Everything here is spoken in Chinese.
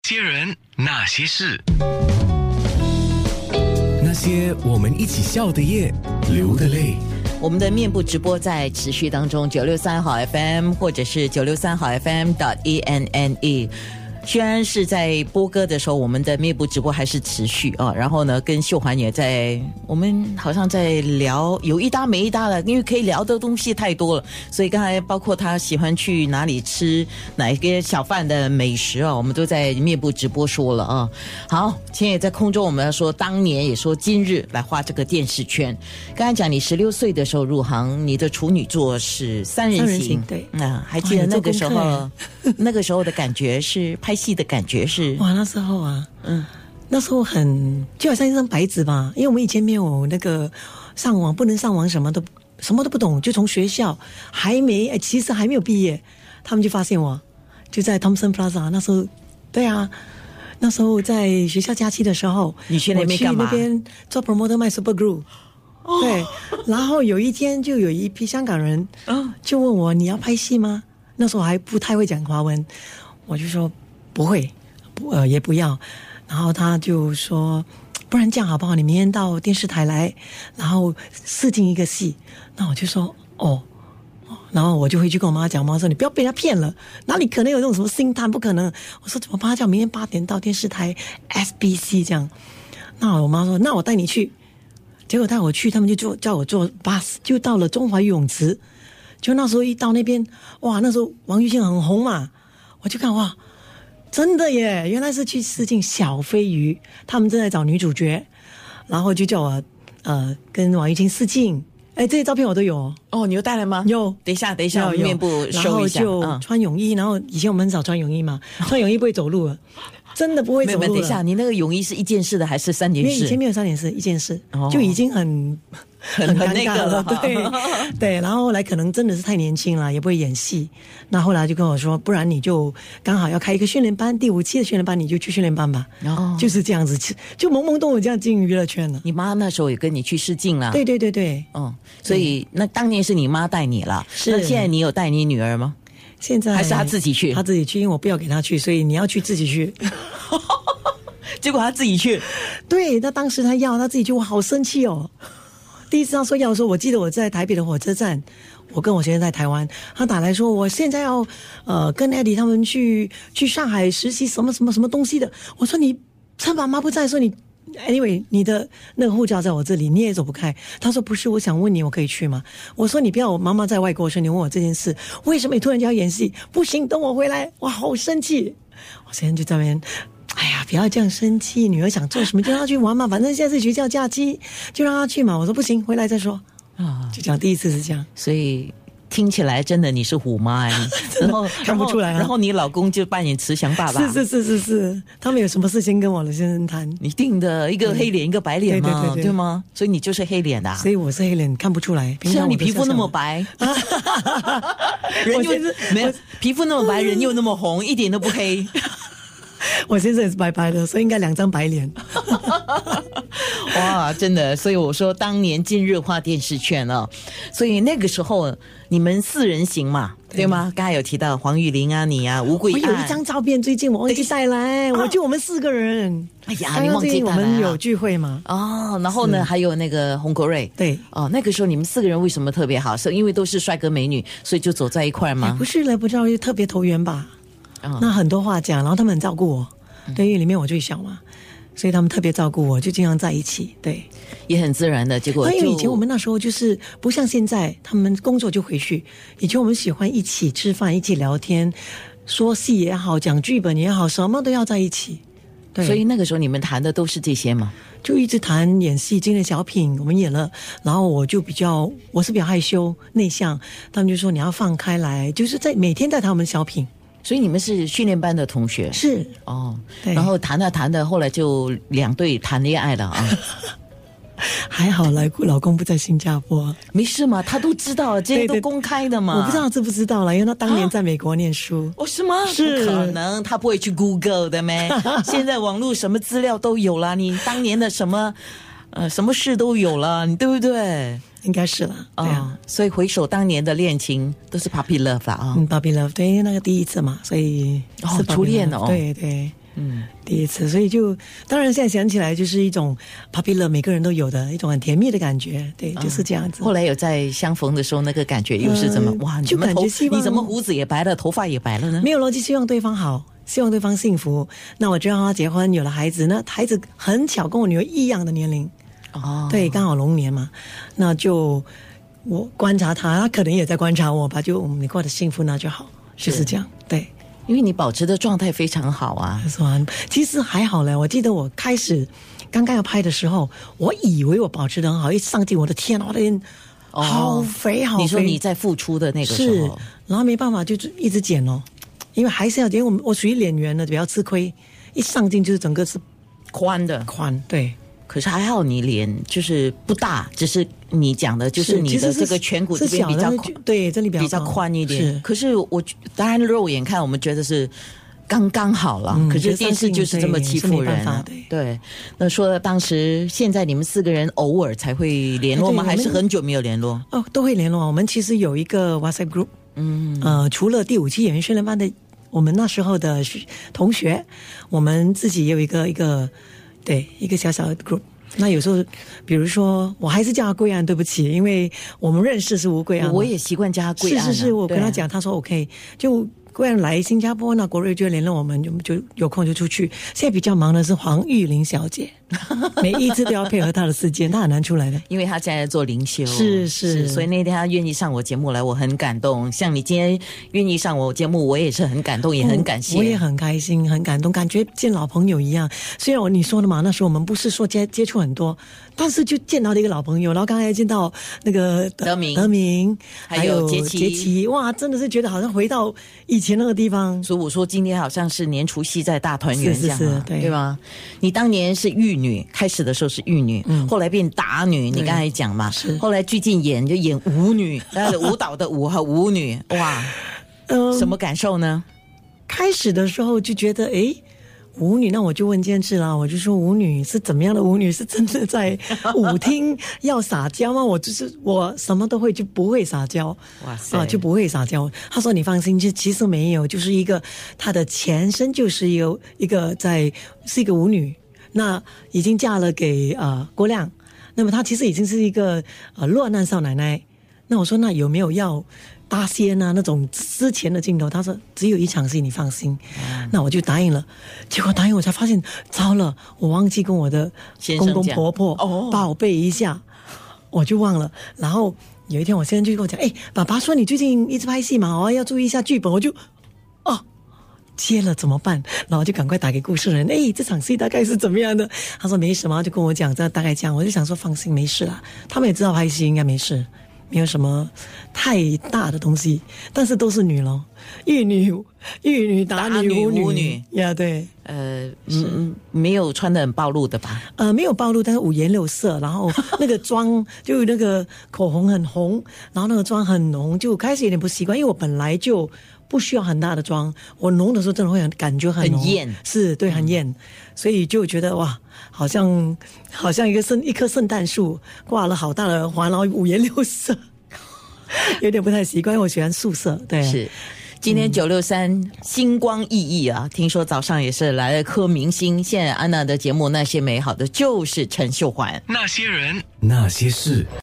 些人，那些事， 那些我们一起笑的夜，流的泪。 我们的面部直播在持续当中，963好 FM 或者是963好 FM.ENNE。虽然是在播歌的时候，我们的面部直播还是持续啊。然后呢，跟秀环也在，我们好像在聊有一搭没一搭的，因为可以聊的东西太多了。所以刚才包括他喜欢去哪里吃哪一个小贩的美食啊，我们都在面部直播说了啊。好，现在也在空中，我们要说当年也说今日来画这个电视圈。刚才讲你16岁的时候入行，你的处女作是三人行， 对， 还记得那个时候，那个时候的感觉是拍戏的感觉是哇，那时候啊，那时候就好像一张白纸吧，因为我们以前没有那个上网，不能上网，什么都不懂，就从学校其实还没有毕业，他们就发现我就在 Thomson Plaza 那时候，对啊，那时候在学校假期的时候， 你去那边干嘛？ 我去那边做 promoter 卖 Super Glue。对，然后有一天就有一批香港人就问我你要拍戏吗？那时候还不太会讲华文，我就说不会，也不要。然后他就说不然这样好不好，你明天到电视台来，然后试镜一个戏。那我就说然后我就回去跟我妈讲，我妈说你不要被人家骗了，哪里可能有这种什么星探，不可能。我说怎么办？叫明天8点到电视台 SBC 这样。那我妈说那我带你去。结果带我去，他们就叫我坐 bus， 就到了中华游泳池。就那时候一到那边，哇，那时候王玉庆很红嘛，我就看哇，真的耶，原来是去试镜小飞鱼，他们正在找女主角，然后就叫我跟王玉庆试镜。哎，这些照片我都有哦，你有带来吗？ 有， 等一下，我面部收一下。 然后就穿泳衣，然后以前我们很少穿泳衣嘛，穿泳衣不会走路了。真的不会走路了。 等一下，你那个泳衣是一件式的还是3件式？ 因为以前没有3件式，一件式，就已经很尴尬了。对，然后后来可能真的是太年轻了，也不会演戏。那后来就跟我说，不然你就刚好要开一个训练班，第5期的训练班，你就去训练班吧。就是这样子，就懵懵懂懂这样进娱乐圈了。 你妈那时候也跟你去试镜了？ 对。 所以那当年是你妈带你了。是。那现在你有带你女儿吗？ 现在还是他自己去？ 他自己去，因为我不要给他去，所以你要去自己去。 结果他自己去。 对，那当时他要他自己去，我好生气哦。第一次他说要的时候，我记得我在台北的火车站，我跟我先生在台湾，他打来说我现在要跟 Eddie 他们去上海实习什么什么什么东西的。我说你趁妈妈不在，说你 anyway 你的那个护照在我这里，你也走不开。他说不是，我想问你我可以去吗？我说你不要，我妈妈在外国，说你问我这件事，为什么你突然就要演戏？不行，等我回来。哇，好生气。我现在就在那边，哎呀，不要这样生气，女儿想做什么就让她去玩嘛，反正现在是学校假期，就让她去嘛。我说不行，回来再说。就讲第一次是这样。 所以听起来真的你是虎妈哎，然后看不出来然后你老公就扮演慈祥爸爸。 是，他们有什么事先跟我的先生谈。 你定的一个黑脸一个白脸嘛，对吗？所以你就是黑脸的。 所以我是黑脸，看不出来。 是啊，你皮肤那么白，人又没有皮肤那么白，人又那么红，一点都不黑。 我先生也是白白的，所以应该2张白脸。 哇，真的，所以我说当年今日画电视圈哦，所以那个时候你们4人行嘛，对吗？刚才有提到黄玉玲啊，你啊，吴桂安。 我有一张照片，最近我忘记带来，我们4个人。 哎呀，你忘记带来我们有聚会嘛？ 然后呢，还有那个洪国瑞。 对， 那个时候你们4个人为什么特别好？是因为都是帅哥美女，所以就走在一块吗？ 不是了，不知道，就特别投缘吧。那很多话讲，然后他们很照顾我，对，因为里面我最小嘛，所以他们特别照顾我，就经常在一起，对， 也很自然的。结果因为以前我们那时候就是不像现在，他们工作就回去，以前我们喜欢一起吃饭，一起聊天，说戏也好，讲剧本也好，什么都要在一起。对， 所以那个时候你们谈的都是这些吗？ 就一直谈演戏，今天小品我们演了，然后我是比较害羞内向，他们就说你要放开来，就是每天在谈我们小品。 所以你们是训练班的同学？ 是然后谈的，后来就2对谈恋爱了啊。 还好老公不在新加坡， 没事嘛，他都知道，这些都公开的嘛。 我不知道知不知道了，因为他当年在美国念书。 是吗？ 是， 不可能，他不会去 Google 的咩？现在网络什么资料都有了，你当年的什么事都有了，你对不对？ 应该是了，对啊。 所以回首当年的恋情，都是 puppy love 啊。 puppy love， 对，因为那个第一次嘛，所以是初恋哦。 对。 第一次，所以就当然现在想起来就是一种 puppy love， 每个人都有的一种很甜蜜的感觉，对，就是这样子。 后来有在相逢的时候，那个感觉又是怎么？哇， 就感觉希望你怎么胡子也白了，头发也白了呢？ 没有逻辑，希望对方好，希望对方幸福。那我就让他结婚，有了孩子，那孩子很巧，跟我女儿一样的年龄，对，刚好龙年嘛，那就我观察他可能也在观察我吧，就你过得幸福那就好，就是这样，对。 因为你保持的状态非常好啊， 是吧？其实还好嘞。我记得我开始刚刚要拍的时候，我以为我保持得很好，一上镜，我的天，我的脸好肥好肥。 你说你在付出的那个时候， 是，然后没办法就一直减哦，因为还是要，因为我属于脸圆的，比较吃亏，一上镜就是整个是宽的， 对。 可是还好你脸就是不大，只是你讲的就是你的这个颧骨这边比较宽， 对，这里比较宽一点。可是我当然肉眼看我们觉得是刚刚好了，可是电视就是这么欺负人了。对，那说当时现在你们4个人偶尔才会联络吗？还是很久没有联络？ 都会联络。我们其实有一个 WhatsApp group，除了第5期演员训练班的我们那时候的同学，我们自己也有一个小小的 group。那有时候比如说我还是叫他贵安，对不起，因为我们认识是吴贵安， 我也习惯叫他贵安。 是，我跟他讲，他说 OK， 就贵安来新加坡，那国瑞就联络我们，就有空就出去。现在比较忙的是黄玉玲小姐，每一次都要配合她的时间，她很难出来的， 因为她现在做灵修， 是， 所以那天她愿意上我节目来，我很感动。像你今天愿意上我节目，我也是很感动，也很感谢。 我也很开心，很感动，感觉见老朋友一样。虽然你说的嘛，那时候我们不是说接触很多，但是就见到了一个老朋友，然后刚才见到那个德明，还有杰奇，哇，真的是觉得好像回到以前那个地方。 所以我说今天好像是年除夕在大团圆这样， 是， 对吧？你当年是玉女，开始的时候是玉女，后来变打女，你刚才讲嘛，后来最近就演舞女，舞蹈的舞和舞女，哇，什么感受呢？ 开始的时候就觉得舞女，那我就问建志啦，我就说舞女是怎么样的舞女？是真的在舞厅要撒娇吗？我什么都会，就不会撒娇。哇塞，就不会撒娇。他说你放心，其实没有，就是一个她的前身就是一个是一个舞女，那已经嫁了给郭亮，那么她其实已经是一个落难少奶奶。那我说那有没有要搭仙啊那种之前的镜头？他说只有一场戏，你放心。那我就答应了。结果答应我才发现，糟了，我忘记跟我的公公婆婆报备一下，我就忘了。然后有一天我先生就跟我讲，爸爸说你最近一直拍戏嘛，要注意一下剧本。我就接了怎么办？然后就赶快打给故事人，这场戏大概是怎么样的？他说没什么，就跟我讲这大概这样。我就想说放心，没事啦，他们也知道拍戏应该没事。没有什么太大的东西，但是都是女咯，玉女打女舞女呀，对， 没有穿得很暴露的吧？ 没有暴露，但是五颜六色，然后那个妆就那个口红很红，然后那个妆很浓，就开始有点不习惯，因为我本来就不需要很大的妆，我浓的时候真的会感觉很艳， 是对，很艳，所以就觉得哇，好像一棵圣诞树挂了好大的花，然后五颜六色，有点不太习惯，因为我喜欢素色。对， 是。今天963星光熠熠啊！听说早上也是来了颗明星。现在安娜的节目《那些美好的》就是陈秀环。 那些人， 那些事。